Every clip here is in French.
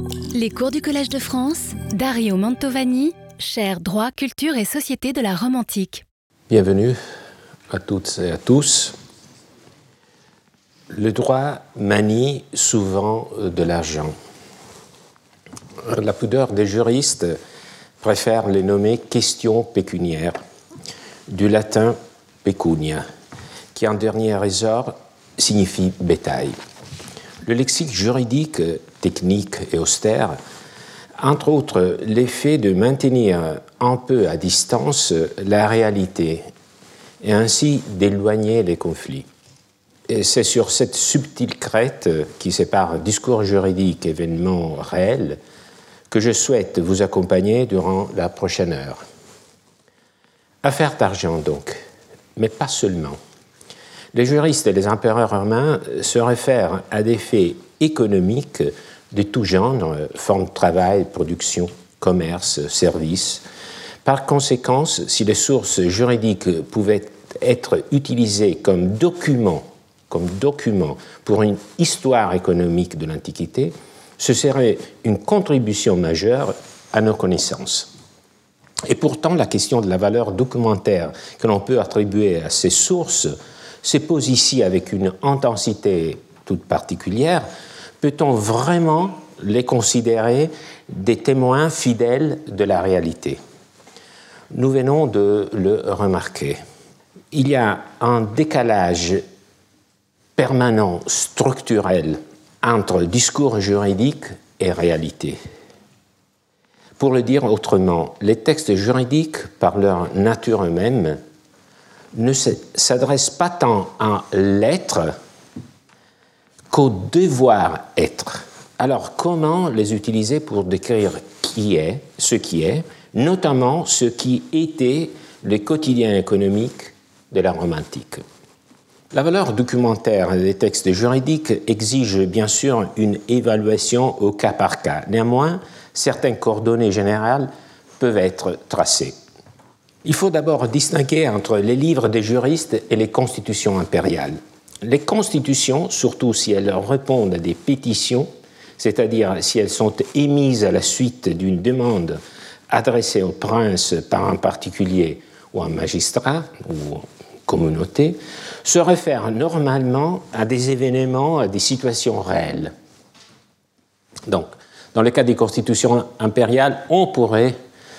Les cours du Collège de France, Dario Mantovani, chaire Droit, Culture et Société de la Rome antique. Bienvenue à toutes et à tous. Le droit manie souvent de l'argent. La pudeur des juristes préfère les nommer questions pécuniaires, du latin pecunia, qui en dernier ressort signifie bétail. Le lexique juridique, technique et austère, entre autres l'effet de maintenir un peu à distance la réalité et ainsi d'éloigner les conflits. Et c'est sur cette subtile crête qui sépare discours juridique et événements réels que je souhaite vous accompagner durant la prochaine heure. Affaire d'argent donc, mais pas seulement. Les juristes et les empereurs romains se réfèrent à des faits économiques de tout genre, forme de travail, production, commerce, services. Par conséquent, si les sources juridiques pouvaient être utilisées comme documents pour une histoire économique de l'Antiquité, ce serait une contribution majeure à nos connaissances. Et pourtant, la question de la valeur documentaire que l'on peut attribuer à ces sources se pose ici avec une intensité toute particulière. Peut-on vraiment les considérer des témoins fidèles de la réalité ? Nous venons de le remarquer. Il y a un décalage permanent, structurel, entre discours juridique et réalité. Pour le dire autrement, les textes juridiques, par leur nature même, ne s'adressent pas tant à l'être qu'au devoir être. Alors, comment les utiliser pour décrire ce qui est, notamment ce qui était le quotidien économique de la Rome antique ? La valeur documentaire des textes juridiques exige bien sûr une évaluation au cas par cas. Néanmoins, certaines coordonnées générales peuvent être tracées. Il faut d'abord distinguer entre les livres des juristes et les constitutions impériales. Les constitutions, surtout si elles répondent à des pétitions, c'est-à-dire si elles sont émises à la suite d'une demande adressée au prince par un particulier ou un magistrat ou communauté, se réfèrent normalement à des événements, à des situations réelles. Donc, dans le cas des constitutions impériales, on pourrait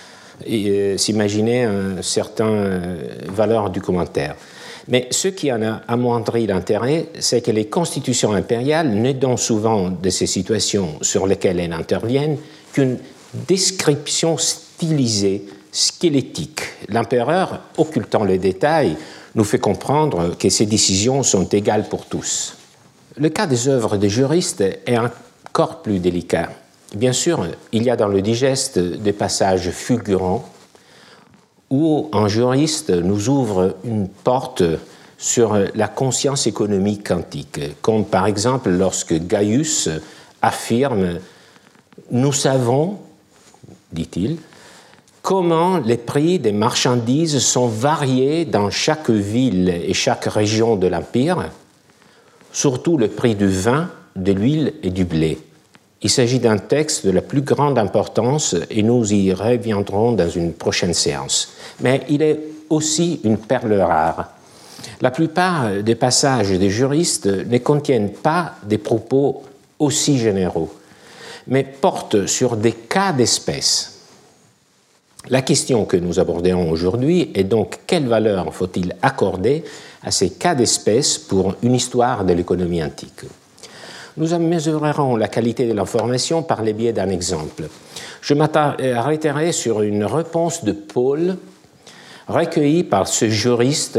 s'imaginer une certaine valeur documentaire. Mais ce qui en a amoindri l'intérêt, c'est que les constitutions impériales ne donnent souvent de ces situations sur lesquelles elles interviennent qu'une description stylisée, squelettique. L'empereur, occultant les détails, nous fait comprendre que ces décisions sont égales pour tous. Le cas des œuvres des juristes est encore plus délicat. Bien sûr, il y a dans le digeste des passages fulgurants où un juriste nous ouvre une porte sur la conscience économique antique, comme par exemple lorsque Gaius affirme « Nous savons, dit-il, comment les prix des marchandises sont variés dans chaque ville et chaque région de l'Empire, surtout le prix du vin, de l'huile et du blé. » Il s'agit d'un texte de la plus grande importance et nous y reviendrons dans une prochaine séance. Mais il est aussi une perle rare. La plupart des passages des juristes ne contiennent pas des propos aussi généraux, mais portent sur des cas d'espèce. La question que nous aborderons aujourd'hui est donc quelle valeur faut-il accorder à ces cas d'espèce pour une histoire de l'économie antique ? Nous mesurerons la qualité de l'information par le biais d'un exemple. Je m'arrêterai sur une réponse de Paul recueillie par ce juriste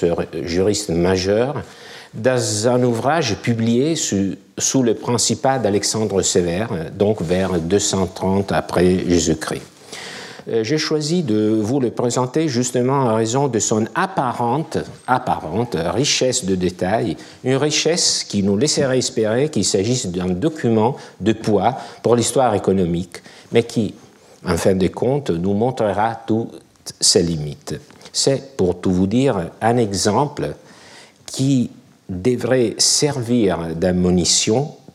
majeur, dans un ouvrage publié sous le principat d'Alexandre Sévère, donc vers 230 après Jésus-Christ. J'ai choisi de vous le présenter justement en raison de son apparente richesse de détails, une richesse qui nous laisserait espérer qu'il s'agisse d'un document de poids pour l'histoire économique, mais qui, en fin de compte, nous montrera toutes ses limites. C'est, pour tout vous dire, un exemple qui devrait servir d'admonition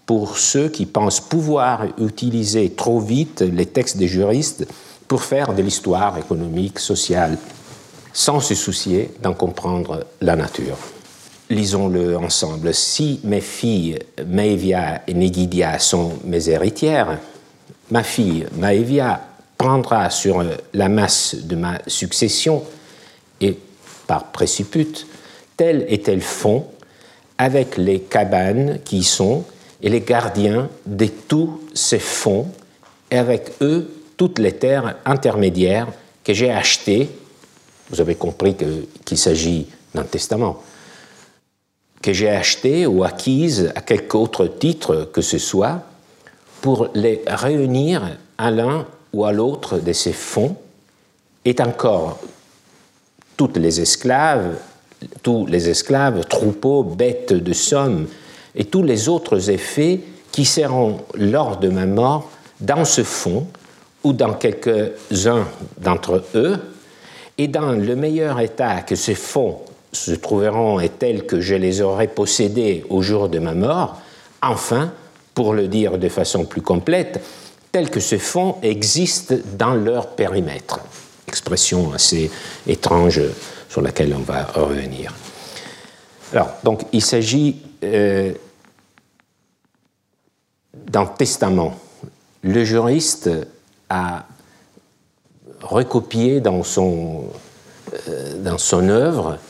pour ceux qui pensent pouvoir utiliser trop vite les textes des juristes pour faire de l'histoire économique, sociale, sans se soucier d'en comprendre la nature. Lisons-le ensemble. Si mes filles Maevia et Negidia sont mes héritières, ma fille Maevia prendra sur la masse de ma succession et par préciput tel et tel fonds avec les cabanes qui y sont et les gardiens de tous ces fonds et avec eux toutes les terres intermédiaires que j'ai achetées. Vous avez compris qu'il s'agit d'un testament, que j'ai achetées ou acquises à quelque autre titre que ce soit, pour les réunir à l'un ou à l'autre de ces fonds, et encore tous les esclaves, troupeaux, bêtes de somme, et tous les autres effets qui seront lors de ma mort dans ce fonds ou dans quelques-uns d'entre eux, et dans le meilleur état que ces fonds se trouveront et tels que je les aurai possédés au jour de ma mort, enfin, pour le dire de façon plus complète, tels que ces fonds existent dans leur périmètre. Expression assez étrange sur laquelle on va revenir. Alors, donc, il s'agit d'un testament. Le juriste a recopié dans son œuvre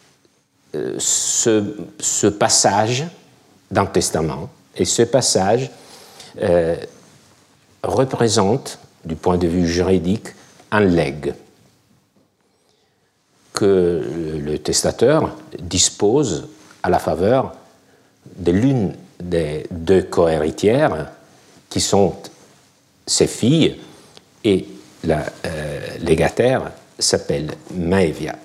ce passage d'un testament. Et ce passage représente, du point de vue juridique, un legs que le testateur dispose à la faveur de l'une des deux cohéritières qui sont ses filles, et la légataire s'appelle Maevia.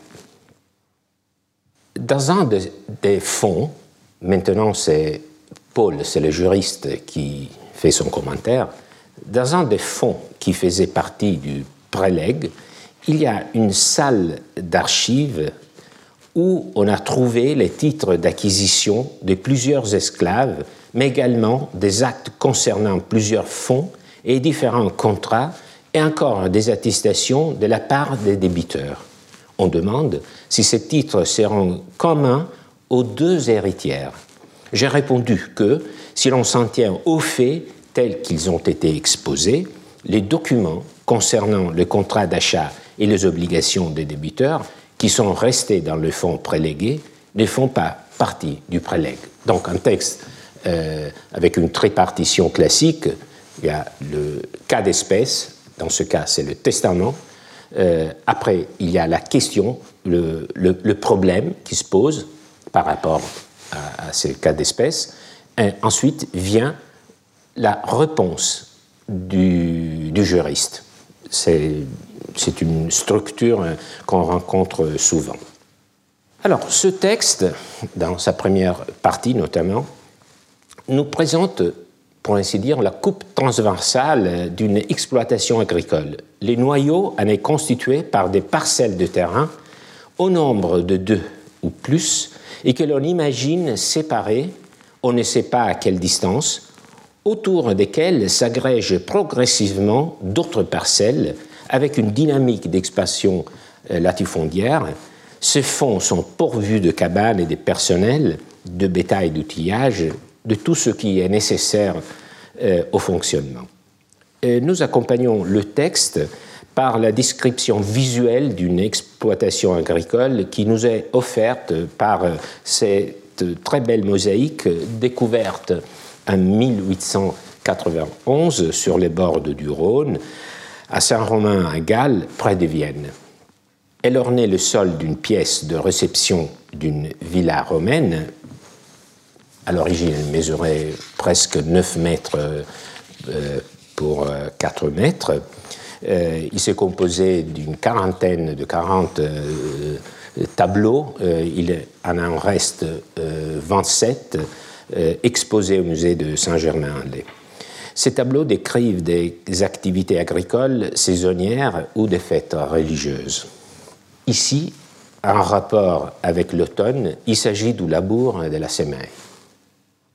Dans un des fonds, maintenant c'est Paul, c'est le juriste qui fait son commentaire, dans un des fonds qui faisait partie du prélègue, il y a une salle d'archives où on a trouvé les titres d'acquisition de plusieurs esclaves, mais également des actes concernant plusieurs fonds et différents contrats, et encore des attestations de la part des débiteurs. On demande si ces titres seront communs aux deux héritières. J'ai répondu que, si l'on s'en tient aux faits tels qu'ils ont été exposés, les documents concernant le contrat d'achat et les obligations des débiteurs qui sont restés dans le fonds prélégué ne font pas partie du prélègue. Donc un texte avec une tripartition classique, il y a le cas d'espèce, dans ce cas c'est le testament, après il y a la question, le problème qui se pose par rapport à ces cas d'espèce, et ensuite vient la réponse du juriste. C'est une structure qu'on rencontre souvent. Alors, ce texte, dans sa première partie notamment, nous présente, pour ainsi dire, la coupe transversale d'une exploitation agricole. Les noyaux en est constitué par des parcelles de terrain au nombre de 2 ou plus, et que l'on imagine séparées, on ne sait pas à quelle distance, autour desquelles s'agrègent progressivement d'autres parcelles avec une dynamique d'expansion latifondière. Ces fonds sont pourvus de cabanes et de personnel, de bétail, d'outillage, de tout ce qui est nécessaire au fonctionnement. Nous accompagnons le texte par la description visuelle d'une exploitation agricole qui nous est offerte par cette très belle mosaïque découverte en 1891 sur les bords du Rhône, à Saint-Romain, à Galles, près de Vienne. Elle ornait le sol d'une pièce de réception d'une villa romaine. À l'origine, elle mesurait presque 9 mètres pour 4 mètres. Il s'est composé d'une quarantaine de 40 tableaux. Il en reste 27 exposés au musée de Saint-Germain-en-Laye. Ces tableaux décrivent des activités agricoles saisonnières ou des fêtes religieuses. Ici, en rapport avec l'automne, il s'agit du labour et de la semaille.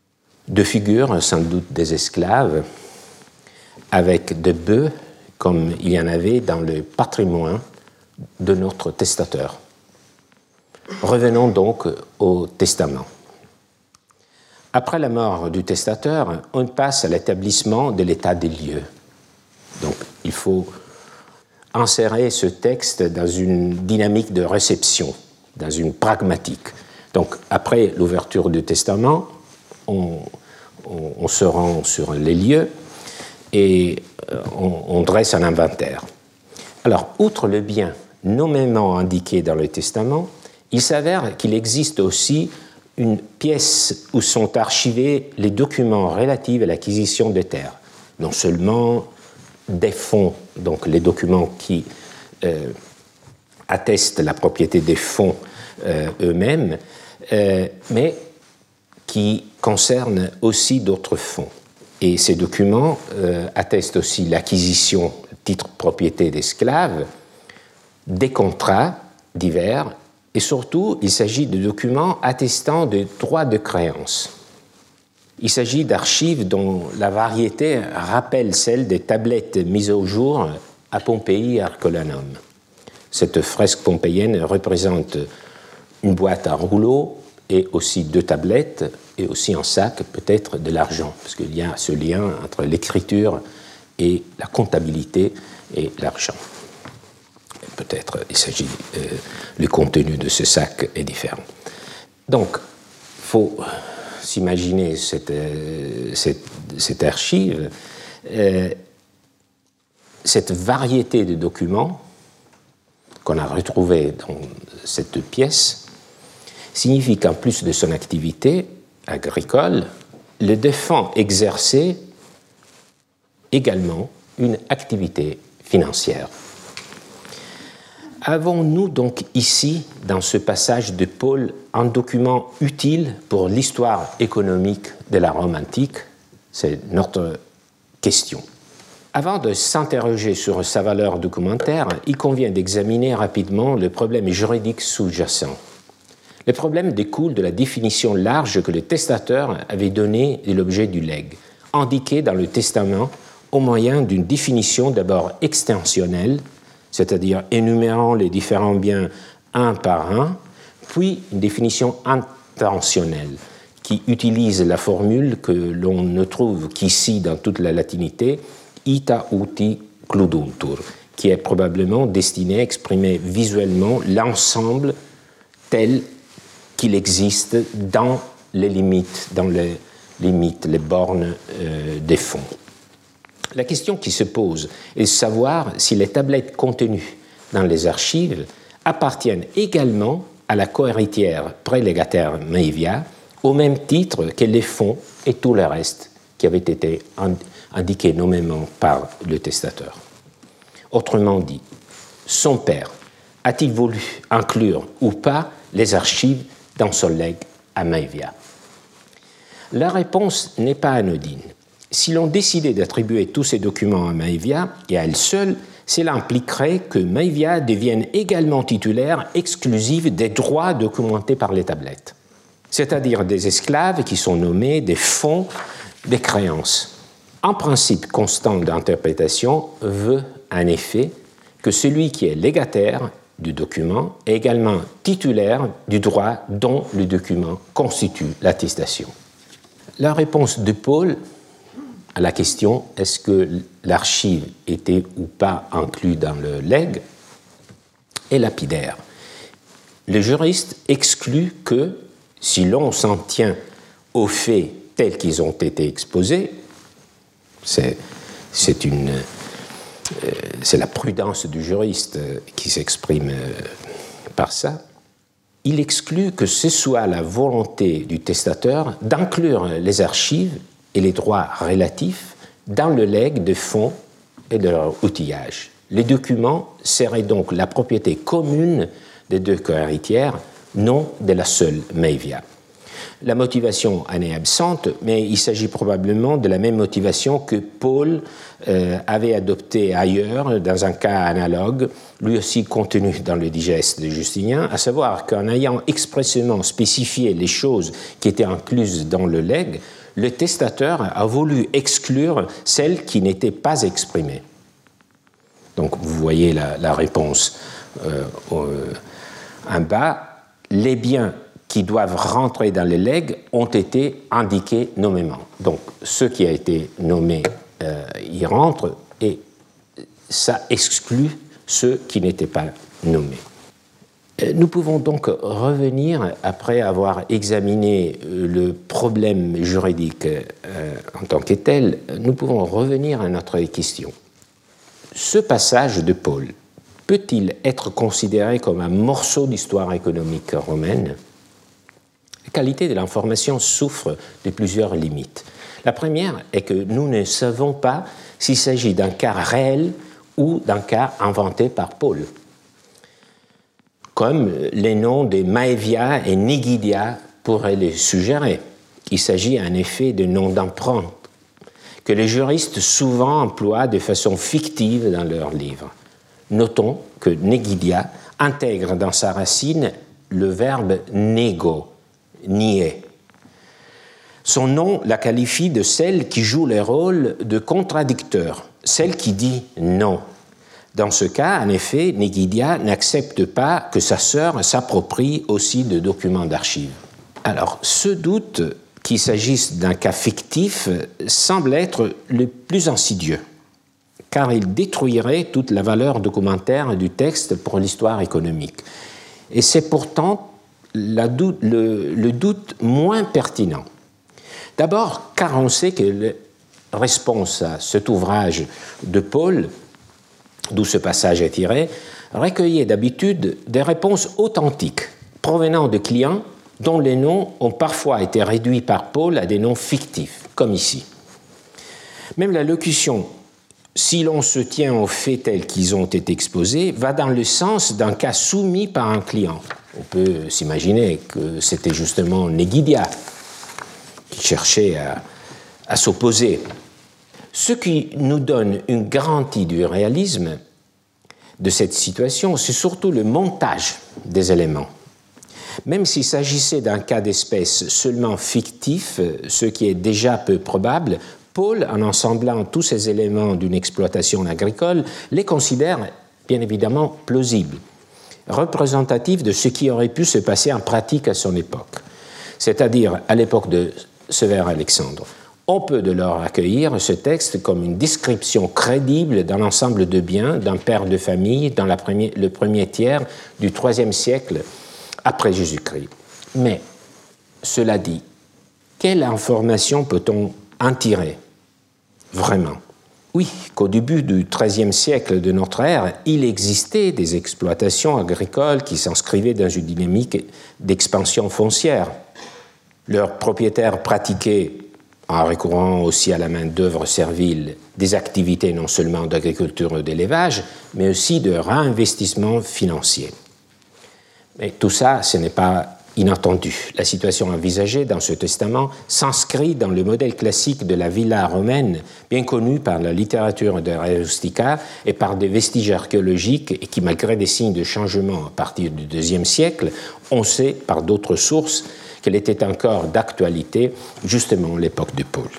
de figures, sans doute des esclaves, avec des bœufs, comme il y en avait dans le patrimoine de notre testateur. Revenons donc au testament. Après la mort du testateur, on passe à l'établissement de l'état des lieux. Donc, il faut insérer ce texte dans une dynamique de réception, dans une pragmatique. Donc, après l'ouverture du testament, on se rend sur les lieux et on dresse un inventaire. Alors, outre le bien nommément indiqué dans le testament, il s'avère qu'il existe aussi une pièce où sont archivés les documents relatifs à l'acquisition de terres. Non seulement des fonds, donc les documents qui attestent la propriété des fonds eux-mêmes, mais qui concernent aussi d'autres fonds. Et ces documents attestent aussi l'acquisition, titre propriété d'esclaves, des contrats divers, et surtout, il s'agit de documents attestant des droits de créance. Il s'agit d'archives dont la variété rappelle celle des tablettes mises au jour à Pompéi Herculaneum. Cette fresque pompéienne représente une boîte à rouleaux et aussi 2 tablettes et aussi un sac, peut-être de l'argent, parce qu'il y a ce lien entre l'écriture et la comptabilité et l'argent. Peut-être il s'agit, le contenu de ce sac est différent. Donc, il faut s'imaginer cette archive, cette variété de documents qu'on a retrouvés dans cette pièce, signifie qu'en plus de son activité agricole, le défunt exerçait également une activité financière. Avons-nous donc ici, dans ce passage de Paul, un document utile pour l'histoire économique de la Rome antique? C'est notre question. Avant de s'interroger sur sa valeur documentaire, il convient d'examiner rapidement le problème juridique sous-jacent. Le problème découle de la définition large que le testateur avait donnée de l'objet du legs, indiqué dans le testament au moyen d'une définition d'abord extensionnelle, c'est-à-dire énumérant les différents biens un par un, puis une définition intentionnelle qui utilise la formule que l'on ne trouve qu'ici dans toute la latinité, ita uti cluduntur, qui est probablement destinée à exprimer visuellement l'ensemble tel qu'il existe dans les limites, les bornes des fonds. La question qui se pose est de savoir si les tablettes contenues dans les archives appartiennent également à la cohéritière prélégataire Maevia, au même titre que les fonds et tout le reste qui avait été indiqué nommément par le testateur. Autrement dit, son père a-t-il voulu inclure ou pas les archives dans son legs à Maevia? La réponse n'est pas anodine. Si l'on décidait d'attribuer tous ces documents à Maevia et à elle seule, cela impliquerait que Maevia devienne également titulaire exclusive des droits documentés par les tablettes, c'est-à-dire des esclaves qui sont nommés des fonds des créances. Un principe constant d'interprétation veut en effet que celui qui est légataire du document est également titulaire du droit dont le document constitue l'attestation. La réponse de Paul à la question « est-ce que l'archive était ou pas inclus dans le legs ?» est lapidaire. Le juriste exclut que, si l'on s'en tient aux faits tels qu'ils ont été exposés, c'est la prudence du juriste qui s'exprime par ça, il exclut que ce soit la volonté du testateur d'inclure les archives et les droits relatifs dans le legs de fonds et de leur outillage. Les documents seraient donc la propriété commune des deux cohéritières, non de la seule Maevia. La motivation en est absente, mais il s'agit probablement de la même motivation que Paul avait adoptée ailleurs, dans un cas analogue, lui aussi contenu dans le digeste de Justinien, à savoir qu'en ayant expressément spécifié les choses qui étaient incluses dans le legs, le testateur a voulu exclure celles qui n'étaient pas exprimées. Donc vous voyez la réponse en bas. Les biens qui doivent rentrer dans les legs ont été indiqués nommément. Donc ce qui a été nommé y rentre et ça exclut ceux qui n'étaient pas nommés. Nous pouvons donc revenir, après avoir examiné le problème juridique en tant que tel, nous pouvons revenir à notre question. Ce passage de Paul peut-il être considéré comme un morceau d'histoire économique romaine ? La qualité de l'information souffre de plusieurs limites. La première est que nous ne savons pas s'il s'agit d'un cas réel ou d'un cas inventé par Paul, comme les noms de Maevia et Nigidia pourraient le suggérer. Il s'agit en effet de noms d'emprunt que les juristes souvent emploient de façon fictive dans leurs livres. Notons que Nigidia intègre dans sa racine le verbe nego, nier. Son nom la qualifie de celle qui joue le rôle de contradicteur, celle qui dit non. Dans ce cas, en effet, Nigidia n'accepte pas que sa sœur s'approprie aussi de documents d'archives. Alors, ce doute qu'il s'agisse d'un cas fictif semble être le plus insidieux, car il détruirait toute la valeur documentaire du texte pour l'histoire économique. Et c'est pourtant le doute moins pertinent. D'abord, car on sait que la réponse à cet ouvrage de Paul, d'où ce passage est tiré, recueillait d'habitude des réponses authentiques provenant de clients dont les noms ont parfois été réduits par Paul à des noms fictifs, comme ici. Même la locution « si l'on se tient aux faits tels qu'ils ont été exposés » va dans le sens d'un cas soumis par un client. On peut s'imaginer que c'était justement Nigidia qui cherchait à s'opposer. Ce qui nous donne une garantie du réalisme de cette situation, c'est surtout le montage des éléments. Même s'il s'agissait d'un cas d'espèce seulement fictif, ce qui est déjà peu probable, Paul, en ensemblant tous ces éléments d'une exploitation agricole, les considère bien évidemment plausibles, représentatifs de ce qui aurait pu se passer en pratique à son époque, c'est-à-dire à l'époque de Sévère Alexandre. On peut de lors accueillir ce texte comme une description crédible d'un ensemble de biens d'un père de famille dans le premier tiers du IIIe siècle après Jésus-Christ. Mais, cela dit, quelle information peut-on en tirer, vraiment ? Oui, qu'au début du XIIIe siècle de notre ère, il existait des exploitations agricoles qui s'inscrivaient dans une dynamique d'expansion foncière. Leurs propriétaires pratiquaient, en recourant aussi à la main-d'œuvre servile, des activités non seulement d'agriculture et d'élevage, mais aussi de réinvestissement financier. Mais tout ça, ce n'est pas inattendu. La situation envisagée dans ce testament s'inscrit dans le modèle classique de la villa romaine, bien connu par la littérature de Rustica et par des vestiges archéologiques, et qui, malgré des signes de changement à partir du IIe siècle, on sait par d'autres sources qu'elle était encore d'actualité, justement à l'époque de Paul.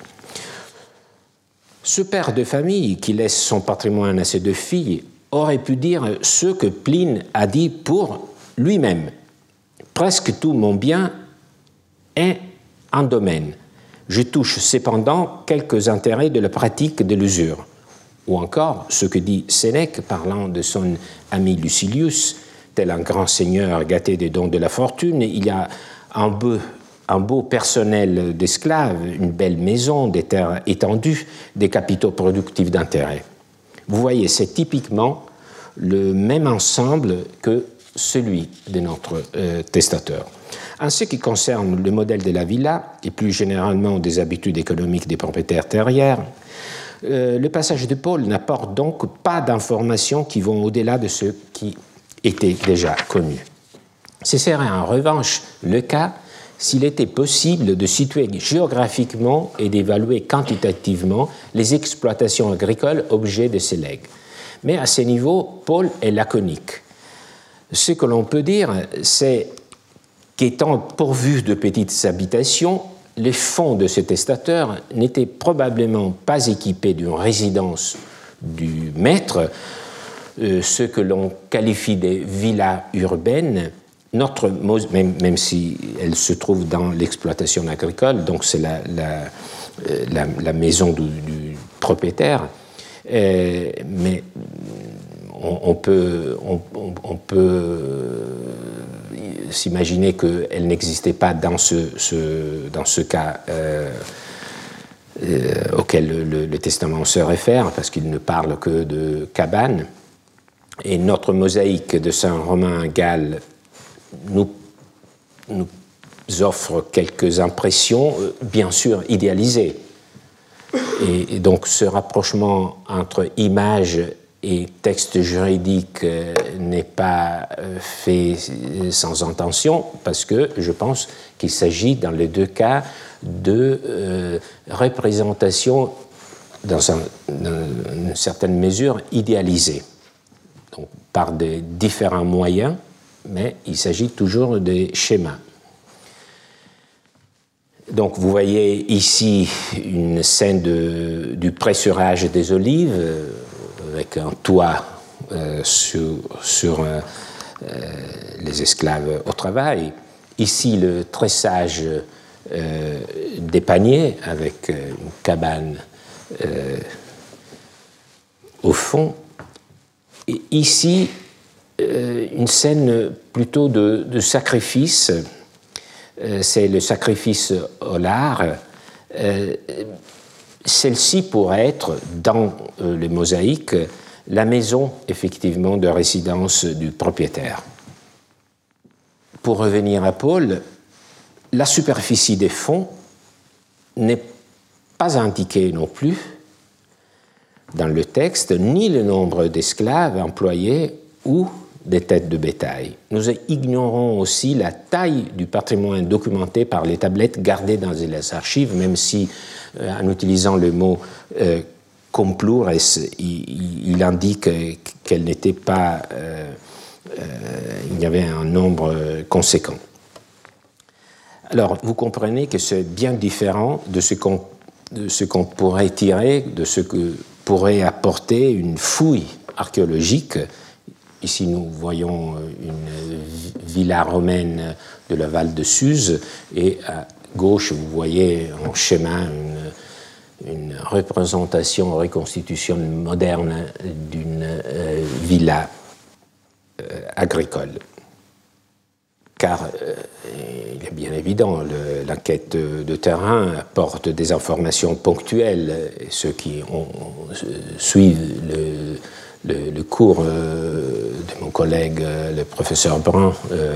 Ce père de famille qui laisse son patrimoine à ses deux filles aurait pu dire ce que Pline a dit pour lui-même. Presque tout mon bien est un domaine. Je touche cependant quelques intérêts de la pratique de l'usure. Ou encore ce que dit Sénèque parlant de son ami Lucilius, tel un grand seigneur gâté des dons de la fortune, il y a un beau personnel d'esclaves, une belle maison, des terres étendues, des capitaux productifs d'intérêt. Vous voyez, c'est typiquement le même ensemble que celui de notre testateur. En ce qui concerne le modèle de la villa, et plus généralement des habitudes économiques des propriétaires terriens, le passage de Paul n'apporte donc pas d'informations qui vont au-delà de ce qui était déjà connu. Ce serait en revanche le cas s'il était possible de situer géographiquement et d'évaluer quantitativement les exploitations agricoles objets de ces legs. Mais à ce niveau, Paul est laconique. Ce que l'on peut dire, c'est qu'étant pourvu de petites habitations, les fonds de ce testateur n'étaient probablement pas équipés d'une résidence du maître, ce que l'on qualifie des villas urbaines, même si elle se trouve dans l'exploitation agricole, donc c'est la maison du propriétaire, mais on peut s'imaginer qu'elle n'existait pas dans ce cas auquel le testament se réfère, parce qu'il ne parle que de cabanes. Et notre mosaïque de Saint Romain Galles nous offre quelques impressions, bien sûr idéalisées. Et donc ce rapprochement entre image et texte juridique n'est pas fait sans intention, parce que je pense qu'il s'agit dans les deux cas de représentations dans une certaine mesure idéalisées, donc par des différents moyens, mais il s'agit toujours des schémas. Donc vous voyez ici une scène du pressurage des olives, avec un toit sur les esclaves au travail. Ici, le tressage des paniers avec une cabane au fond. Et ici, une scène plutôt de sacrifice. C'est le sacrifice au lard. Celle-ci pourrait être, dans les mosaïques, la maison, effectivement, de résidence du propriétaire. Pour revenir à Paul, la superficie des fonds n'est pas indiquée non plus dans le texte, ni le nombre d'esclaves employés ou des têtes de bétail. Nous ignorons aussi la taille du patrimoine documenté par les tablettes gardées dans les archives, même si, en utilisant le mot complures, il indique qu'elle n'était pas... il y avait un nombre conséquent. Alors, vous comprenez que c'est bien différent de ce qu'on pourrait tirer, de ce que pourrait apporter une fouille archéologique. Ici, nous voyons une villa romaine de la Val de Suse, et à gauche, vous voyez en schéma une représentation, reconstitution moderne d'une villa agricole. Car il est bien évident, l'enquête de terrain apporte des informations ponctuelles, et ceux qui suivent le cours de mon collègue, le professeur Brun,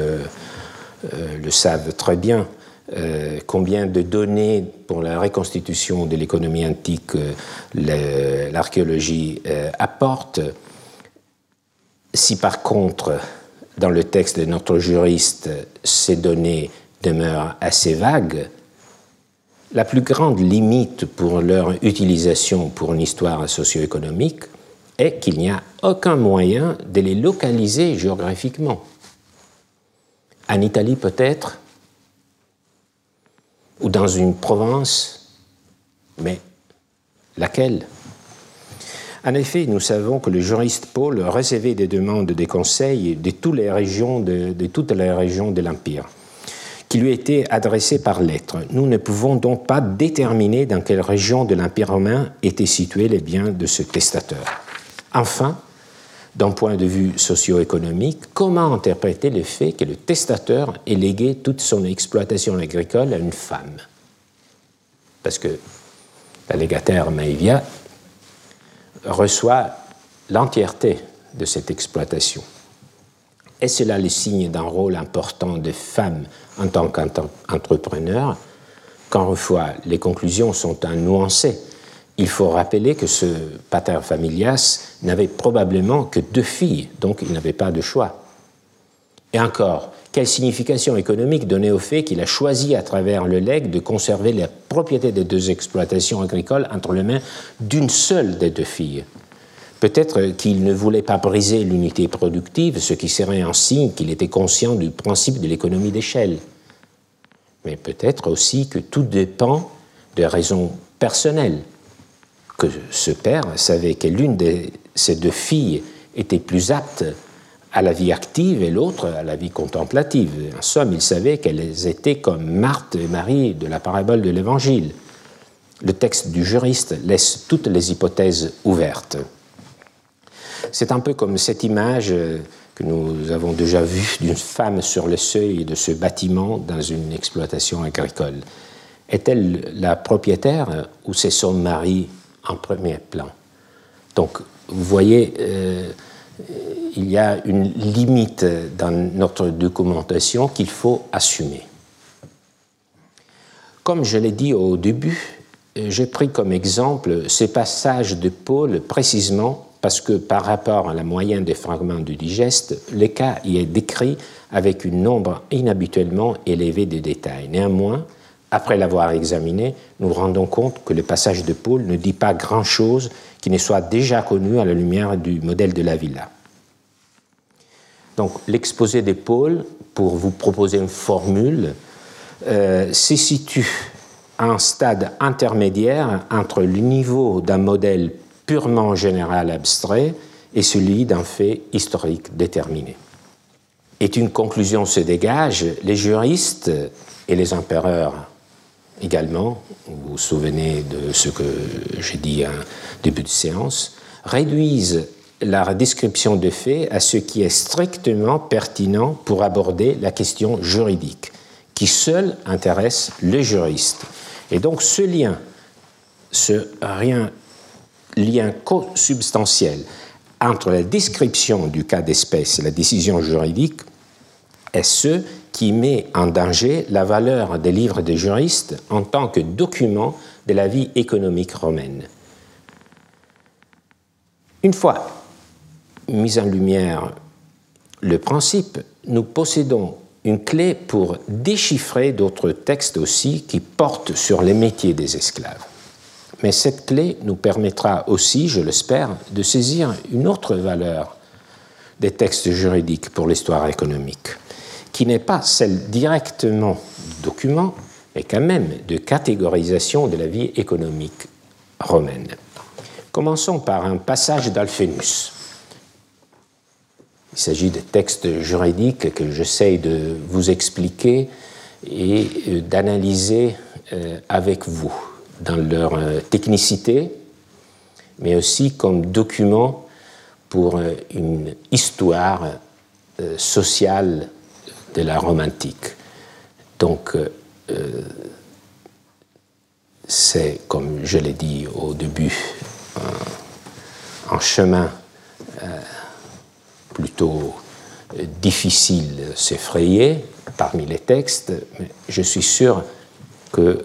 le savent très bien, combien de données pour la reconstitution de l'économie antique l'archéologie apporte. Si par contre, dans le texte de notre juriste, ces données demeurent assez vagues, la plus grande limite pour leur utilisation pour une histoire socio-économique est qu'il n'y a aucun moyen de les localiser géographiquement. En Italie peut-être, ou dans une province, mais laquelle ? En effet, nous savons que le juriste Paul recevait des demandes de conseils de toutes les régions de l'Empire, qui lui étaient adressées par lettre. Nous ne pouvons donc pas déterminer dans quelle région de l'Empire romain étaient situés les biens de ce testateur. Enfin, d'un point de vue socio-économique, comment interpréter le fait que le testateur ait légué toute son exploitation agricole à une femme ? Parce que la légataire Maevia reçoit l'entièreté de cette exploitation. Est-ce là le signe d'un rôle important des femmes en tant qu'entrepreneurs? Quelquefois, les conclusions sont à nuancer. Il faut rappeler que ce pater familias n'avait probablement que 2 filles, donc il n'avait pas de choix. Et encore, quelle signification économique donner au fait qu'il a choisi à travers le legs de conserver la propriété des 2 exploitations agricoles entre les mains d'une seule des 2 filles? Peut-être qu'il ne voulait pas briser l'unité productive, ce qui serait un signe qu'il était conscient du principe de l'économie d'échelle. mais peut-être aussi que tout dépend de raisons personnelles, que ce père savait que l'une de ses deux filles était plus apte à la vie active et l'autre à la vie contemplative. En somme, il savait qu'elles étaient comme Marthe et Marie de la parabole de l'Évangile. Le texte du juriste laisse toutes les hypothèses ouvertes. C'est un peu comme cette image que nous avons déjà vue d'une femme sur le seuil de ce bâtiment dans une exploitation agricole. Est-elle la propriétaire ou c'est son mari en premier plan? Donc, vous voyez, il y a une limite dans notre documentation qu'il faut assumer. Comme je l'ai dit au début, j'ai pris comme exemple ces passages de Paul précisément parce que par rapport à la moyenne des fragments du digeste, le cas y est décrit avec un nombre inhabituellement élevé de détails. Néanmoins, après l'avoir examiné, nous rendons compte que le passage de Paul ne dit pas grand-chose qui ne soit déjà connu à la lumière du modèle de la villa. Donc, l'exposé de Paul, pour vous proposer une formule, se situe à un stade intermédiaire entre le niveau d'un modèle purement général abstrait et celui d'un fait historique déterminé. Et une conclusion se dégage, les juristes et les empereurs également, vous vous souvenez de ce que j'ai dit en début de séance, réduisent la description de faits à ce qui est strictement pertinent pour aborder la question juridique, qui seul intéresse les juristes. Et donc ce lien consubstantiel entre la description du cas d'espèce et la décision juridique est ce qui met en danger la valeur des livres des juristes en tant que document de la vie économique romaine. Une fois mis en lumière le principe, nous possédons une clé pour déchiffrer d'autres textes aussi qui portent sur les métiers des esclaves. Mais cette clé nous permettra aussi, je l'espère, de saisir une autre valeur des textes juridiques pour l'histoire économique, qui n'est pas celle directement du document, mais quand même de catégorisation de la vie économique romaine. Commençons par un passage d'Alphénus. Il s'agit de textes juridiques que j'essaie de vous expliquer et d'analyser avec vous dans leur technicité, mais aussi comme document pour une histoire sociale de la Rome antique. Donc, c'est, comme je l'ai dit au début, un chemin plutôt difficile de s'effrayer parmi les textes, mais je suis sûr que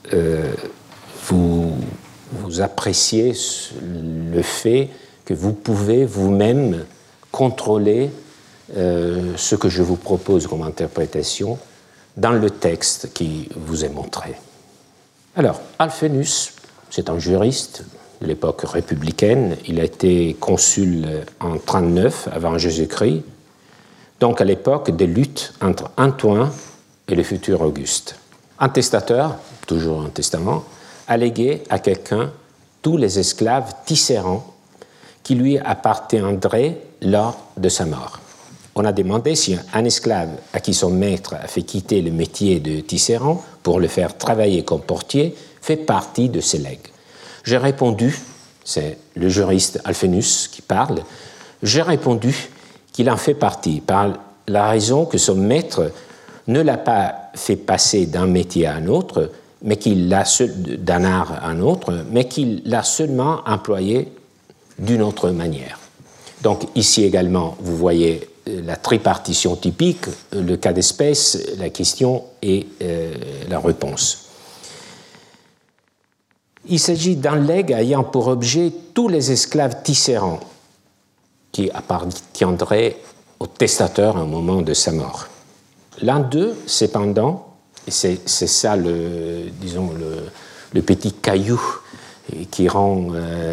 vous appréciez le fait que vous pouvez vous-même contrôler ce que je vous propose comme interprétation dans le texte qui vous est montré. Alors, Alphénus, c'est un juriste de l'époque républicaine. Il a été consul en 39 avant Jésus-Christ, donc à l'époque des luttes entre Antoine et le futur Auguste. Un testateur, toujours un testament, a légué à quelqu'un tous les esclaves tisserands qui lui appartiendraient lors de sa mort. On a demandé si un esclave à qui son maître a fait quitter le métier de tisserand pour le faire travailler comme portier fait partie de ces legs. J'ai répondu, c'est le juriste Alphénus qui parle, j'ai répondu qu'il en fait partie par la raison que son maître ne l'a pas fait passer d'un métier à un autre, mais qu'il l'a d'un art à un autre, mais qu'il l'a seulement employé d'une autre manière. Donc ici également, vous voyez la tripartition typique, le cas d'espèce, la question et la réponse. Il s'agit d'un legs ayant pour objet tous les esclaves tisserands qui appartiendraient au testateur au moment de sa mort. L'un d'eux, cependant, et c'est ça le petit caillou qui rend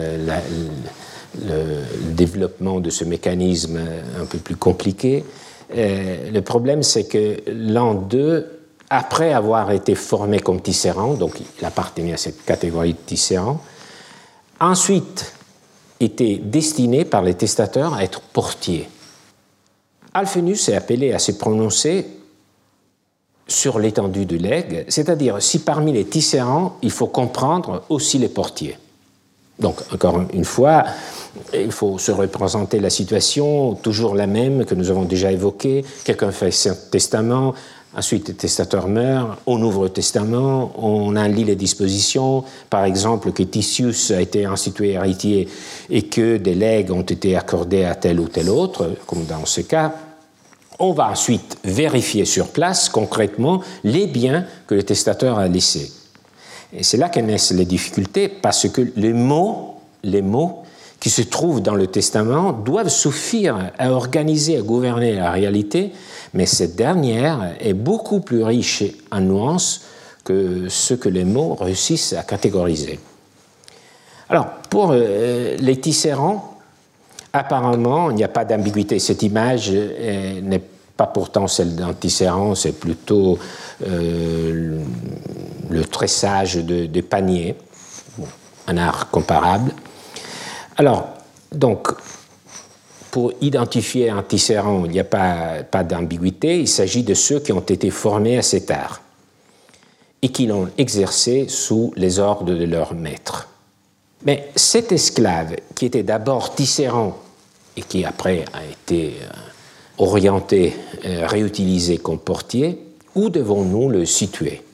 le développement de ce mécanisme un peu plus compliqué. Le problème, c'est que l'un d'eux après avoir été formé comme tisserand, donc il appartenait à cette catégorie de tisserand, ensuite était destiné par les testateurs à être portier. Alphénus est appelé à se prononcer sur l'étendue du legs, c'est-à-dire si parmi les tisserands, il faut comprendre aussi les portiers. Donc, encore une fois, il faut se représenter la situation, toujours la même que nous avons déjà évoquée. Quelqu'un fait son testament, ensuite le testateur meurt, on ouvre le testament, on en lit les dispositions, par exemple que Titius a été institué héritier et que des legs ont été accordés à tel ou tel autre, comme dans ce cas. On va ensuite vérifier sur place, concrètement, les biens que le testateur a laissés. Et c'est là que naissent les difficultés, parce que les mots qui se trouvent dans le testament doivent suffire à organiser, à gouverner la réalité, mais cette dernière est beaucoup plus riche en nuances que ce que les mots réussissent à catégoriser. Alors, pour les tisserands, apparemment, il n'y a pas d'ambiguïté. Cette image n'est pas pourtant celle d'un tisserand, c'est plutôt le tressage de paniers, bon, un art comparable. Alors, donc, pour identifier un tisserand, il n'y a pas d'ambiguïté, il s'agit de ceux qui ont été formés à cet art et qui l'ont exercé sous les ordres de leur maître. Mais cet esclave, qui était d'abord tisserand et qui après a été orienté, réutilisé comme portier, où devons-nous le situer?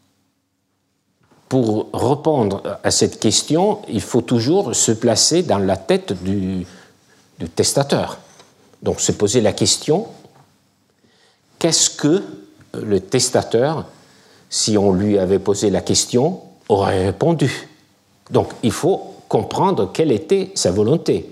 Pour répondre à cette question, il faut toujours se placer dans la tête du testateur. Donc se poser la question, qu'est-ce que le testateur, si on lui avait posé la question, aurait répondu? Donc il faut comprendre quelle était sa volonté.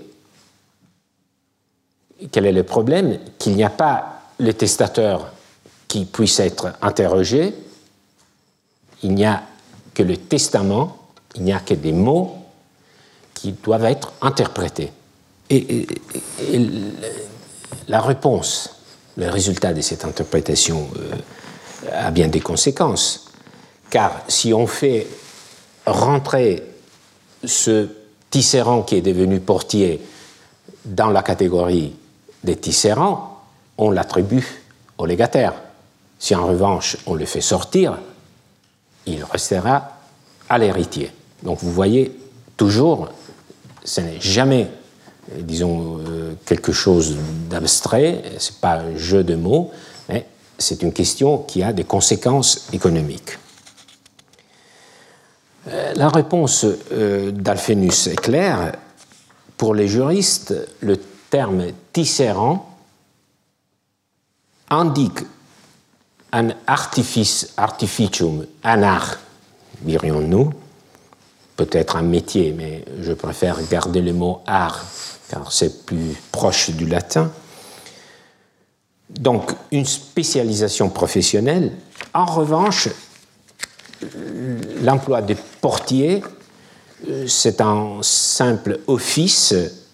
Quel est le problème? Qu'il n'y a pas le testateur qui puisse être interrogé, il n'y a que le testament, il n'y a que des mots qui doivent être interprétés. Et la réponse, le résultat de cette interprétation a bien des conséquences, car si on fait rentrer ce tisserand qui est devenu portier dans la catégorie des tisserands, on l'attribue au légataire. Si en revanche on le fait sortir, il restera à l'héritier. Donc vous voyez, toujours, ce n'est jamais, disons, quelque chose d'abstrait, ce n'est pas un jeu de mots, mais c'est une question qui a des conséquences économiques. La réponse d'Alphénus est claire. Pour les juristes, le terme tisserand indique un artificium, un art, dirions-nous, peut-être un métier, mais je préfère garder le mot art, car c'est plus proche du latin. Donc, une spécialisation professionnelle. En revanche, l'emploi de portier, c'est un simple office,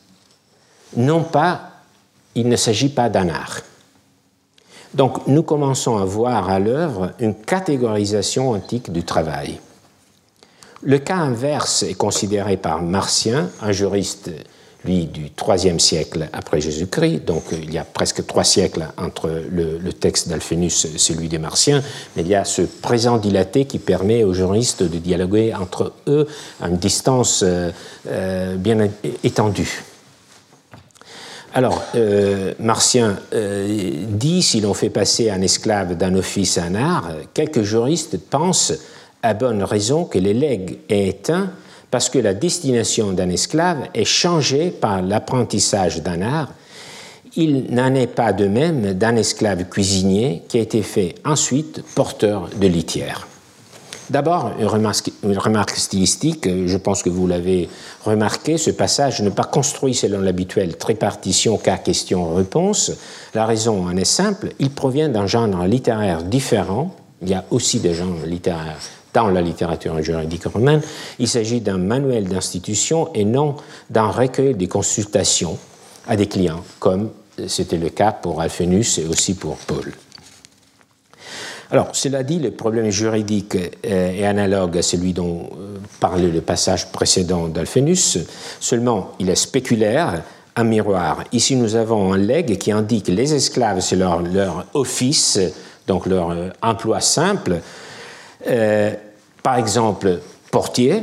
il ne s'agit pas d'un art. Donc nous commençons à voir à l'œuvre une catégorisation antique du travail. Le cas inverse est considéré par Martien, un juriste, lui, du IIIe siècle après Jésus-Christ, donc il y a presque 3 siècles entre le texte d'Alphénus et celui de Martien, mais il y a ce présent dilaté qui permet aux juristes de dialoguer entre eux à une distance bien étendue. Alors, Martien dit, si l'on fait passer un esclave d'un office à un art, quelques juristes pensent à bonne raison que les legs est éteint parce que la destination d'un esclave est changée par l'apprentissage d'un art. Il n'en est pas de même d'un esclave cuisinier qui a été fait ensuite porteur de litière. D'abord, une remarque stylistique, je pense que vous l'avez remarqué, ce passage n'est pas construit selon l'habituelle trépartition cas question-réponse. La raison en est simple, il provient d'un genre littéraire différent, il y a aussi des genres littéraires dans la littérature juridique romaine, il s'agit d'un manuel d'institution et non d'un recueil de consultations à des clients, comme c'était le cas pour Alphénus et aussi pour Paul. Alors, cela dit, le problème juridique est analogue à celui dont parlait le passage précédent d'Alphénus, seulement il est spéculaire, un miroir. Ici, nous avons un legs qui indique les esclaves, c'est leur office, donc leur emploi simple. Par exemple, portier.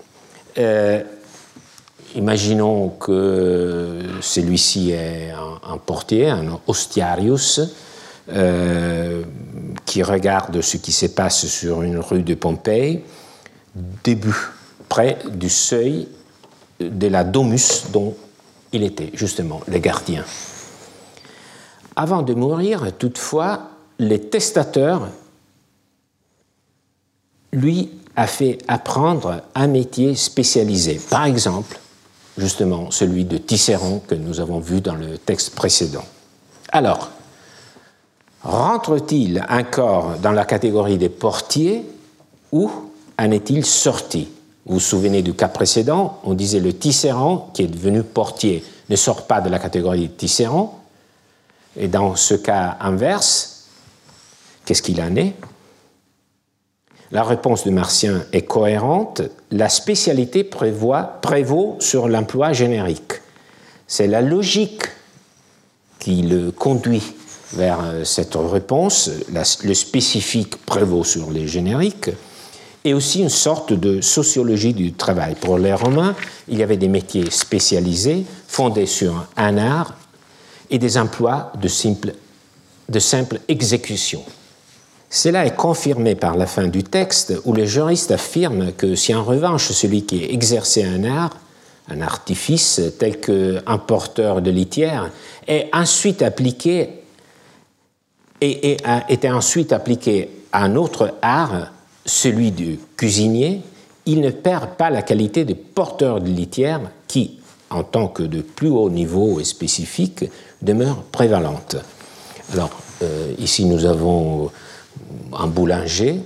Imaginons que celui-ci est un portier, un hostiarius, qui regarde ce qui se passe sur une rue de Pompéi, près du seuil de la domus dont il était justement le gardien. Avant de mourir, toutefois, le testateur lui a fait apprendre un métier spécialisé. Par exemple, justement, celui de tisserand que nous avons vu dans le texte précédent. Alors, rentre-t-il encore dans la catégorie des portiers ou en est-il sorti? Vous vous souvenez du cas précédent, on disait le tisserand, qui est devenu portier, ne sort pas de la catégorie de tisserand. Et dans ce cas inverse, qu'est-ce qu'il en est? La réponse de Marcien est cohérente. La spécialité prévaut sur l'emploi générique. C'est la logique qui le conduit vers cette réponse. Le spécifique prévaut sur les génériques. Et aussi une sorte de sociologie du travail. Pour les Romains, il y avait des métiers spécialisés, fondés sur un art et des emplois de simple exécution. Cela est confirmé par la fin du texte, où les juristes affirment que si en revanche celui qui exerçait un artifice tel qu'un porteur de litière, était ensuite appliqué à un autre art, celui du cuisinier, il ne perd pas la qualité de porteur de litière qui, en tant que de plus haut niveau et spécifique, demeure prévalente. Alors, ici nous avons un boulanger.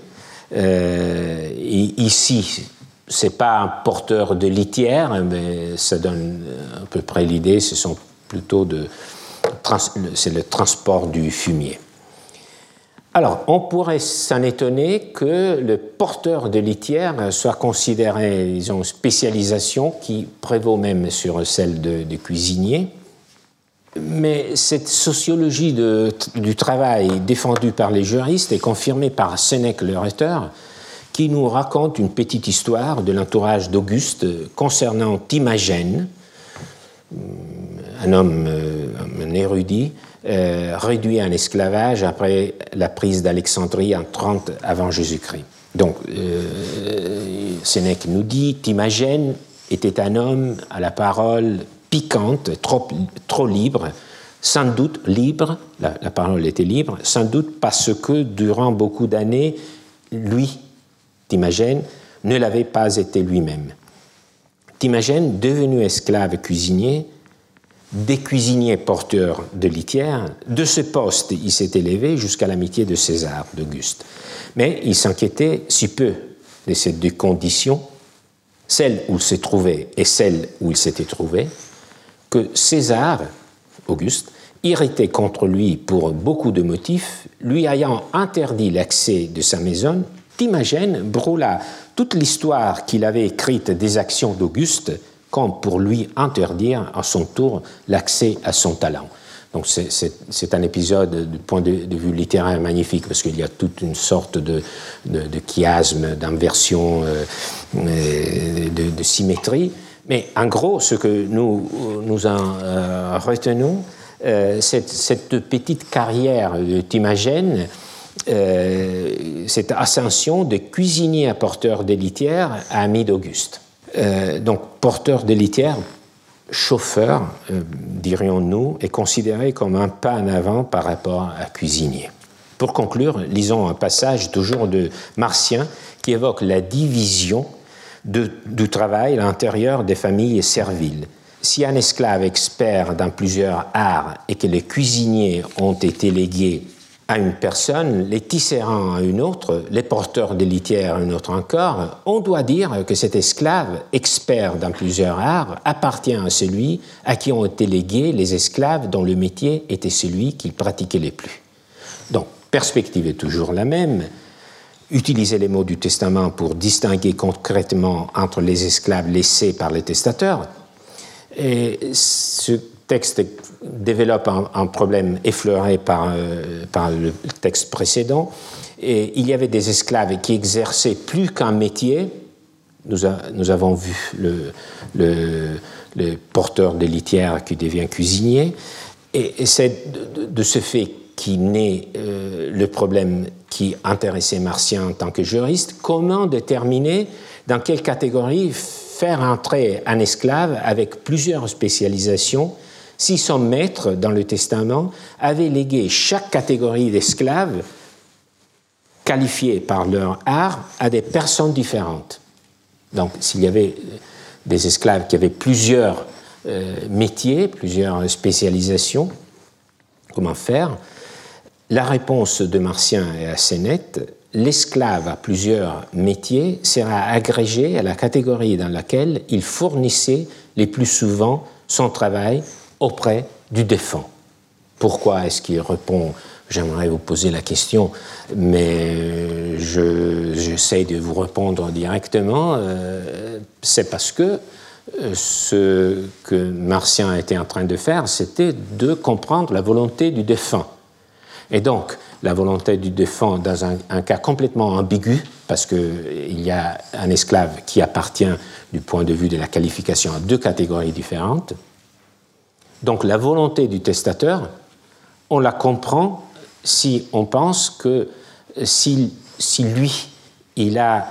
Ici, ce n'est pas un porteur de litière, mais ça donne à peu près l'idée, ce sont plutôt c'est le transport du fumier. Alors, on pourrait s'en étonner que le porteur de litière soit considéré, disons, spécialisation qui prévaut même sur celle de cuisinier. Mais cette sociologie du travail défendue par les juristes est confirmée par Sénèque le rhéteur, qui nous raconte une petite histoire de l'entourage d'Auguste concernant Timagène, un homme, un érudit, réduit en esclavage après la prise d'Alexandrie en 30 avant Jésus-Christ. Donc, Sénèque nous dit « Timagène était un homme à la parole piquante, trop libre, sans doute libre, la parole était libre, sans doute parce que durant beaucoup d'années, lui, Timagène, ne l'avait pas été lui-même. Timagène, devenu esclave cuisinier, des cuisiniers porteurs de litière, de ce poste, il s'est élevé jusqu'à l'amitié de César, d'Auguste. Mais il s'inquiétait si peu de ces deux conditions, celle où il se trouvait et celle où il s'était trouvé, que César, Auguste, irrité contre lui pour beaucoup de motifs, lui ayant interdit l'accès de sa maison, Timagène brûla toute l'histoire qu'il avait écrite des actions d'Auguste, comme pour lui interdire à son tour l'accès à son talent. Donc c'est un épisode du point de vue littéraire magnifique, parce qu'il y a toute une sorte de chiasme, d'inversion, de symétrie. Mais en gros, ce que nous en retenons, cette petite carrière de Timagène, cette ascension de cuisinier à porteur de litière à ami d'Auguste. Donc, porteur de litière, chauffeur, dirions-nous, est considéré comme un pas en avant par rapport à cuisinier. Pour conclure, lisons un passage toujours de Marcien qui évoque la division du travail à l'intérieur des familles serviles. Si un esclave expert dans plusieurs arts et que les cuisiniers ont été légués à une personne, les tisserands à une autre, les porteurs de litière à une autre encore, on doit dire que cet esclave, expert dans plusieurs arts, appartient à celui à qui ont été légués les esclaves dont le métier était celui qu'il pratiquait le plus. Donc, perspective est toujours la même. Utiliser les mots du testament pour distinguer concrètement entre les esclaves laissés par les testateurs. Et ce texte développe un problème effleuré par le texte précédent. Et il y avait des esclaves qui exerçaient plus qu'un métier. Nous avons vu le porteur de litière qui devient cuisinier. Et c'est de ce fait qui naît le problème qui intéressait Martien en tant que juriste. Comment déterminer dans quelle catégorie faire entrer un esclave avec plusieurs spécialisations si son maître, dans le testament, avait légué chaque catégorie d'esclaves qualifiés par leur art à des personnes différentes. Donc, s'il y avait des esclaves qui avaient plusieurs métiers, plusieurs spécialisations, comment faire? La réponse de Martien est assez nette. L'esclave à plusieurs métiers sera agrégé à la catégorie dans laquelle il fournissait les plus souvent son travail auprès du défunt. Pourquoi est-ce qu'il répond? J'aimerais vous poser la question, mais j'essaie de vous répondre directement. C'est parce que ce que Martien était en train de faire, c'était de comprendre la volonté du défunt. Et donc, la volonté du défunt dans un cas complètement ambigu, parce qu'il y a un esclave qui appartient du point de vue de la qualification à deux catégories différentes. Donc, la volonté du testateur, on la comprend si on pense que si lui, il a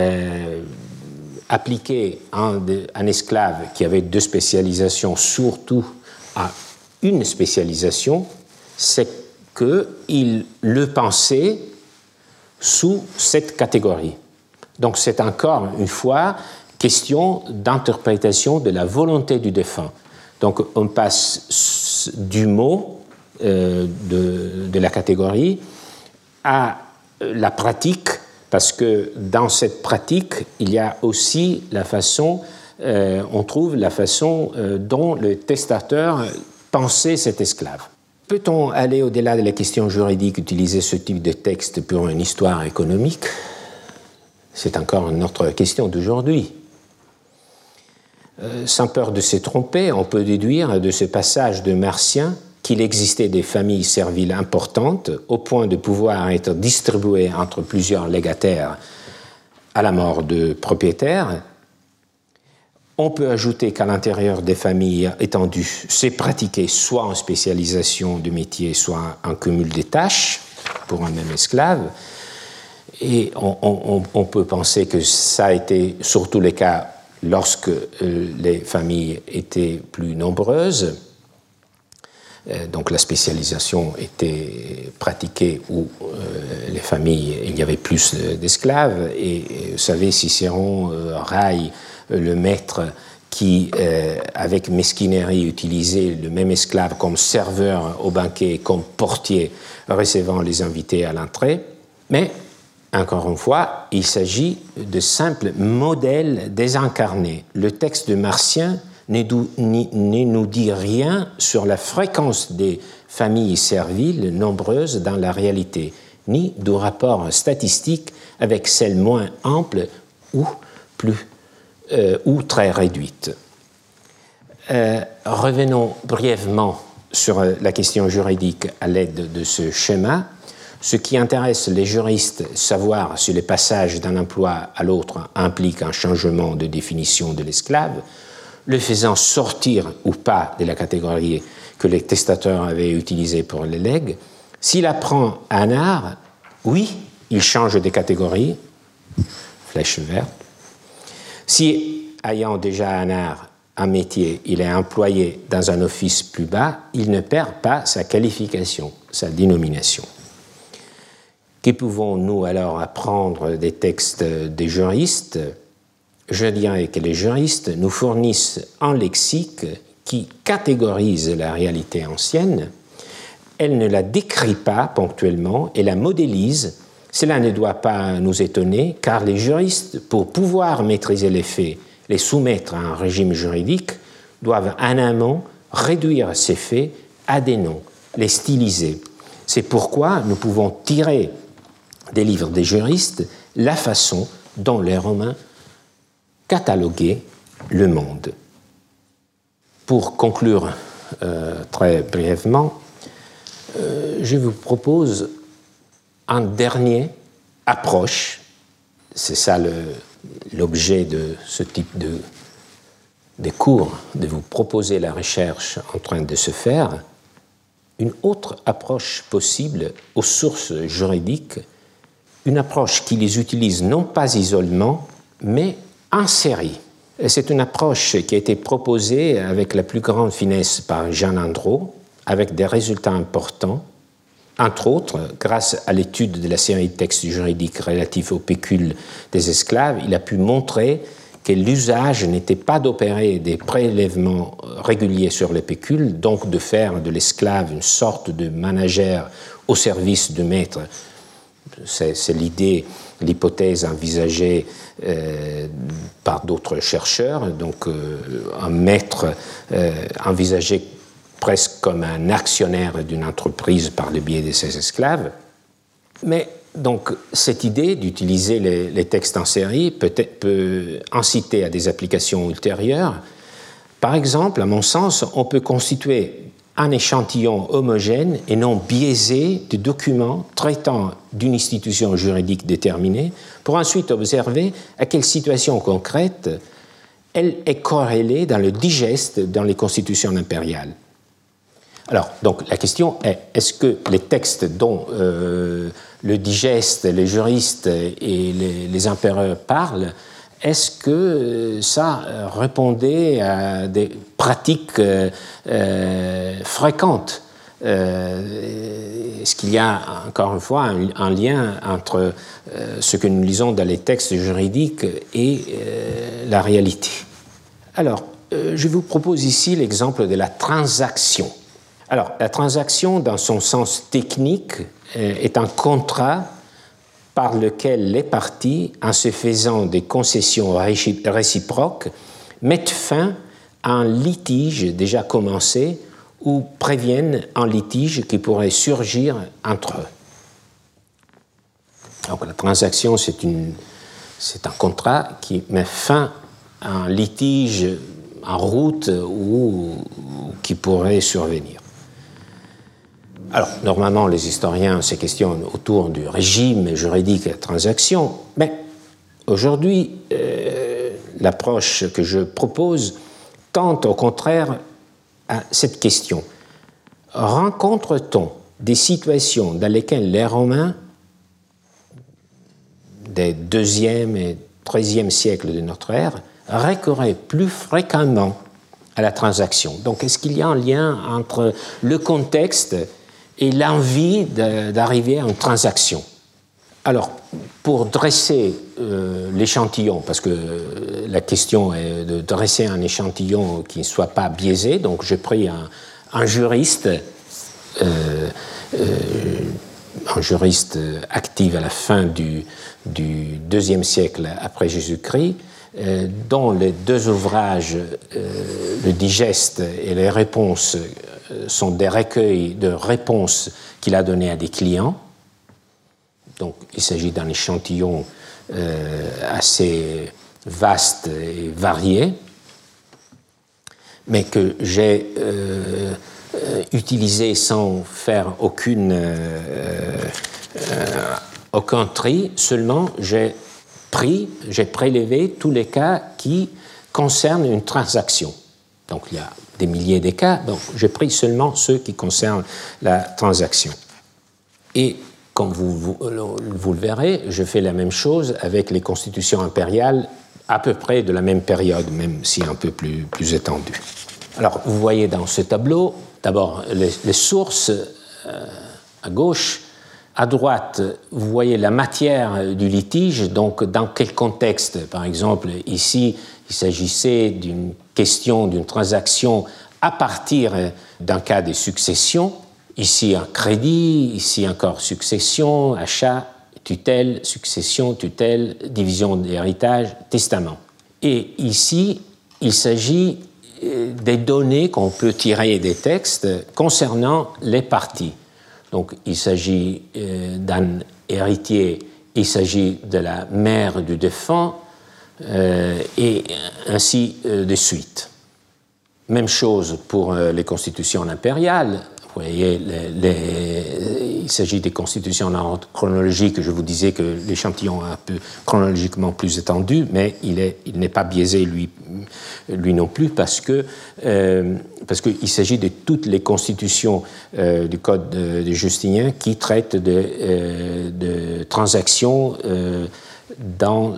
appliqué un esclave qui avait deux spécialisations, surtout à une spécialisation, c'est qu'il le pensait sous cette catégorie. Donc c'est encore une fois question d'interprétation de la volonté du défunt. Donc on passe du mot de la catégorie à la pratique, parce que dans cette pratique, il y a aussi la façon, on trouve la façon dont le testateur pensait cet esclave. Peut-on aller au-delà de la question juridique, utiliser ce type de texte pour une histoire économique? C'est encore une autre question d'aujourd'hui. Sans peur de se tromper, on peut déduire de ce passage de Martien qu'il existait des familles serviles importantes au point de pouvoir être distribuées entre plusieurs légataires à la mort de propriétaires. On peut ajouter qu'à l'intérieur des familles étendues, c'est pratiqué soit en spécialisation de métier, soit en cumul des tâches pour un même esclave. Et on peut penser que ça a été surtout le cas lorsque les familles étaient plus nombreuses. Donc la spécialisation était pratiquée où les familles, il y avait plus d'esclaves. Et vous savez, Cicéron raille le maître qui, avec mesquinerie, utilisait le même esclave comme serveur au banquet, comme portier recevant les invités à l'entrée. Mais, encore une fois, il s'agit de simples modèles désincarnés. Le texte de Martien ne nous dit rien sur la fréquence des familles serviles nombreuses dans la réalité, ni du rapport statistique avec celles moins amples ou très réduites. Revenons brièvement sur la question juridique à l'aide de ce schéma. Ce qui intéresse les juristes, savoir si le passage d'un emploi à l'autre implique un changement de définition de l'esclave, le faisant sortir ou pas de la catégorie que les testateurs avaient utilisée pour les legs. S'il apprend un art, oui, il change de catégorie, flèche verte. Si, ayant déjà un art, un métier, il est employé dans un office plus bas, il ne perd pas sa qualification, sa dénomination. Que pouvons-nous alors apprendre des textes des juristes? Je dirais que les juristes nous fournissent un lexique qui catégorise la réalité ancienne. Elle ne la décrit pas ponctuellement et la modélise. Cela ne doit pas nous étonner, car les juristes, pour pouvoir maîtriser les faits, les soumettre à un régime juridique, doivent en amont réduire ces faits à des noms, les styliser. C'est pourquoi nous pouvons tirer des livres des juristes la façon dont les Romains cataloguaient le monde. Pour conclure très brièvement, je vous propose une dernière approche, c'est ça l'objet de ce type de cours, de vous proposer la recherche en train de se faire, une autre approche possible aux sources juridiques, une approche qui les utilise non pas isolément, mais en série. C'est une approche qui a été proposée avec la plus grande finesse par Jean Andreau, avec des résultats importants, entre autres, grâce à l'étude de la série de textes juridiques relatifs au pécule des esclaves, il a pu montrer que l'usage n'était pas d'opérer des prélèvements réguliers sur les pécules, donc de faire de l'esclave une sorte de managère au service du maître. C'est l'hypothèse envisagée par d'autres chercheurs, donc un maître envisagé presque comme un actionnaire d'une entreprise par le biais de ses esclaves. Mais donc cette idée d'utiliser les textes en série peut inciter à des applications ultérieures. Par exemple, à mon sens, on peut constituer un échantillon homogène et non biaisé de documents traitant d'une institution juridique déterminée pour ensuite observer à quelle situation concrète elle est corrélée dans le digeste dans les constitutions impériales. Alors, donc, la question est, est-ce que les textes dont le digeste, les juristes et les empereurs parlent, est-ce que ça répondait à des pratiques fréquentes? Est-ce qu'il y a, encore une fois, un lien entre ce que nous lisons dans les textes juridiques et la réalité? Alors, je vous propose ici l'exemple de la transaction. Alors, la transaction, dans son sens technique, est un contrat par lequel les parties, en se faisant des concessions réciproques, mettent fin à un litige déjà commencé ou préviennent un litige qui pourrait surgir entre eux. Donc, la transaction, c'est un contrat qui met fin à un litige en route ou qui pourrait survenir. Alors, normalement, les historiens se questionnent autour du régime juridique de la transaction, mais aujourd'hui, l'approche que je propose tente au contraire à cette question. Rencontre-t-on des situations dans lesquelles les Romains des 2e et 13e siècles de notre ère recouraient plus fréquemment à la transaction? Donc, est-ce qu'il y a un lien entre le contexte et l'envie d'arriver à une transaction? Alors, pour dresser l'échantillon, parce que la question est de dresser un échantillon qui ne soit pas biaisé, donc j'ai pris un juriste actif à la fin du IIe siècle après Jésus-Christ, dont les deux ouvrages, le digeste et les réponses, sont des recueils de réponses qu'il a données à des clients. Donc, il s'agit d'un échantillon assez vaste et varié, mais que j'ai utilisé sans faire aucun tri, seulement j'ai prélevé tous les cas qui concernent une transaction. Donc, il y a des milliers de cas, donc j'ai pris seulement ceux qui concernent la transaction. Et comme vous le verrez, je fais la même chose avec les constitutions impériales à peu près de la même période, même si un peu plus étendue. Alors, vous voyez dans ce tableau, d'abord, les sources à gauche. À droite, vous voyez la matière du litige, donc dans quel contexte. Par exemple, ici, il s'agissait d'une question, d'une transaction à partir d'un cas de succession. Ici, un crédit, ici encore succession, achat, tutelle, succession, tutelle, division d'héritage, testament. Et ici, il s'agit des données qu'on peut tirer des textes concernant les parties. Donc il s'agit d'un héritier, il s'agit de la mère du défunt, et ainsi de suite. Même chose pour les constitutions impériales. Vous voyez, il s'agit des constitutions en ordre chronologique. Je vous disais que l'échantillon est un peu chronologiquement plus étendu, mais il n'est pas biaisé lui non plus, parce qu'il s'agit de toutes les constitutions du Code de Justinien qui traitent de transactions dans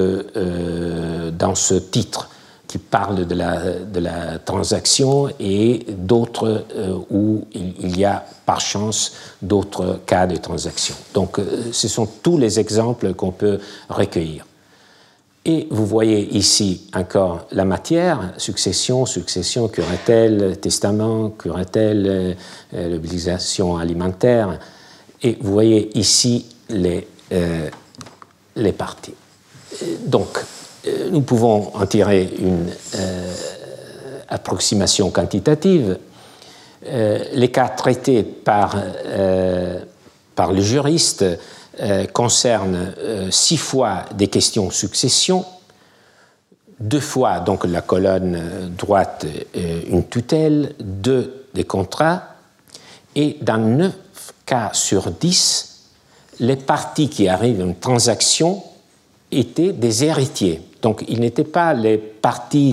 ce titre, qui parle de la transaction, et d'autres où il y a par chance d'autres cas de transaction. Donc ce sont tous les exemples qu'on peut recueillir. Et vous voyez ici encore la matière: succession, curatelle, testament, curatelle, l'obligation alimentaire. Et vous voyez ici les parties. Donc, nous pouvons en tirer une approximation quantitative. Les cas traités par les juristes concernent 6 fois des questions succession, 2 fois, donc la colonne droite, une tutelle, 2 des contrats, et dans 9 cas sur 10, les parties qui arrivent à une transaction étaient des héritiers. Donc, ils n'étaient pas les parties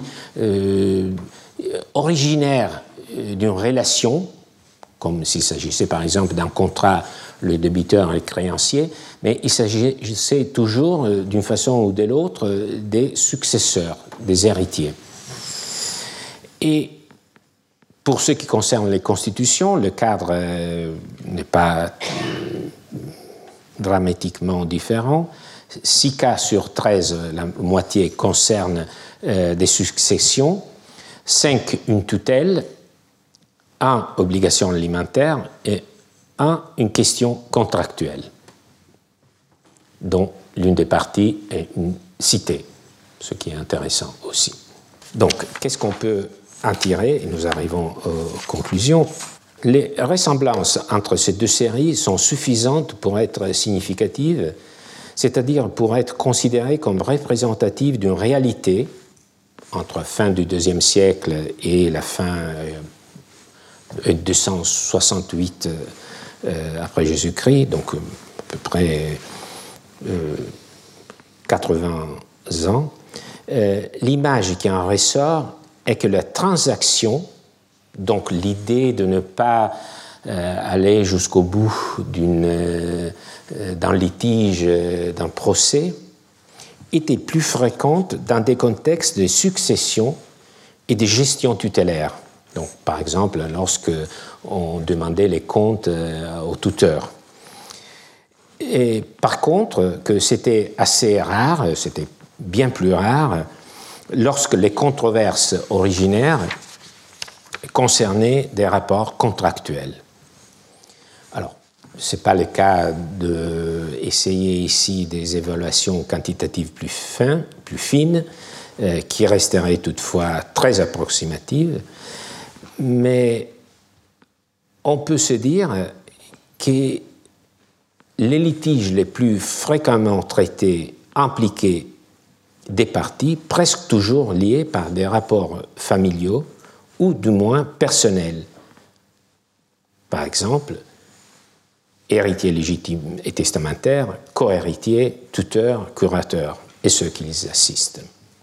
originaires d'une relation, comme s'il s'agissait par exemple d'un contrat, le débiteur et le créancier, mais il s'agissait toujours, d'une façon ou de l'autre, des successeurs, des héritiers. Et pour ce qui concerne les constitutions, le cadre n'est pas dramatiquement différent. 6 cas sur 13, la moitié, concernent des successions, 5 une tutelle, 1 obligation alimentaire et 1 une question contractuelle, dont l'une des parties est citée, ce qui est intéressant aussi. Donc, qu'est-ce qu'on peut en tirer? Et nous arrivons aux conclusions. Les ressemblances entre ces 2 séries sont suffisantes pour être significatives, c'est-à-dire pour être considérées comme représentatives d'une réalité entre fin du IIe siècle et la fin 268 après Jésus-Christ, donc à peu près 80 ans. L'image qui en ressort est que la transaction, donc l'idée de ne pas aller jusqu'au bout d'un litige, d'un procès, était plus fréquente dans des contextes de succession et de gestion tutélaire. Donc, par exemple, lorsque on demandait les comptes au tuteur. Et par contre, que c'était assez rare, c'était bien plus rare, lorsque les controverses originaires concernaient des rapports contractuels. Alors, ce n'est pas le cas d'essayer ici des évaluations quantitatives plus fines, qui resteraient toutefois très approximatives, mais on peut se dire que les litiges les plus fréquemment traités impliquaient des parties presque toujours liées par des rapports familiaux ou du moins personnels. Par exemple, héritier légitime et testamentaire, cohéritier, tuteur, curateur et ceux qui les assistent.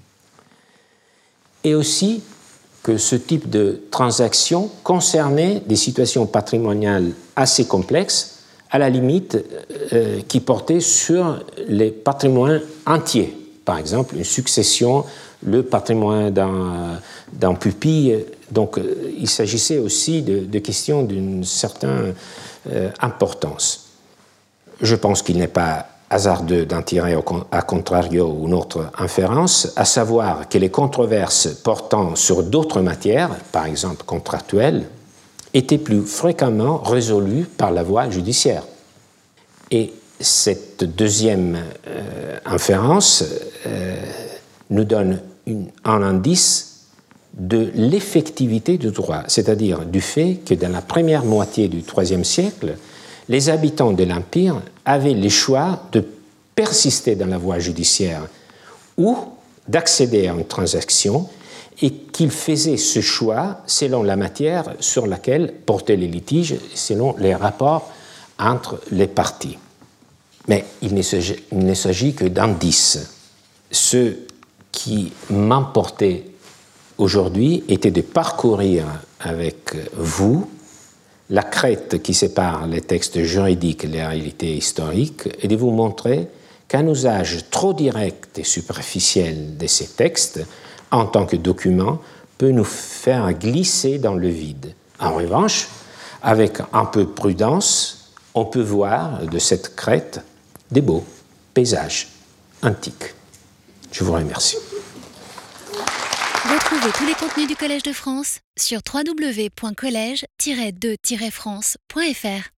Et aussi que ce type de transaction concernait des situations patrimoniales assez complexes, à la limite qui portaient sur les patrimoines entiers. Par exemple, une succession, le patrimoine d'un pupille. Donc, il s'agissait aussi de questions d'une certaine importance. Je pense qu'il n'est pas hasardeux d'en tirer à contrario une autre inférence, à savoir que les controverses portant sur d'autres matières, par exemple contractuelles, étaient plus fréquemment résolues par la voie judiciaire. Et cette deuxième inférence nous donne un indice de l'effectivité du droit, c'est-à-dire du fait que dans la première moitié du IIIe siècle, les habitants de l'Empire avaient le choix de persister dans la voie judiciaire ou d'accéder à une transaction et qu'ils faisaient ce choix selon la matière sur laquelle portaient les litiges, selon les rapports entre les parties. Mais il ne s'agit que d'indices. Ce qui m'importait aujourd'hui était de parcourir avec vous la crête qui sépare les textes juridiques et les réalités historiques et de vous montrer qu'un usage trop direct et superficiel de ces textes en tant que document peut nous faire glisser dans le vide. En revanche, avec un peu de prudence, on peut voir de cette crête des beaux paysages antiques. Je vous remercie. Retrouvez tous les contenus du Collège de France sur www.collège-2-france.fr.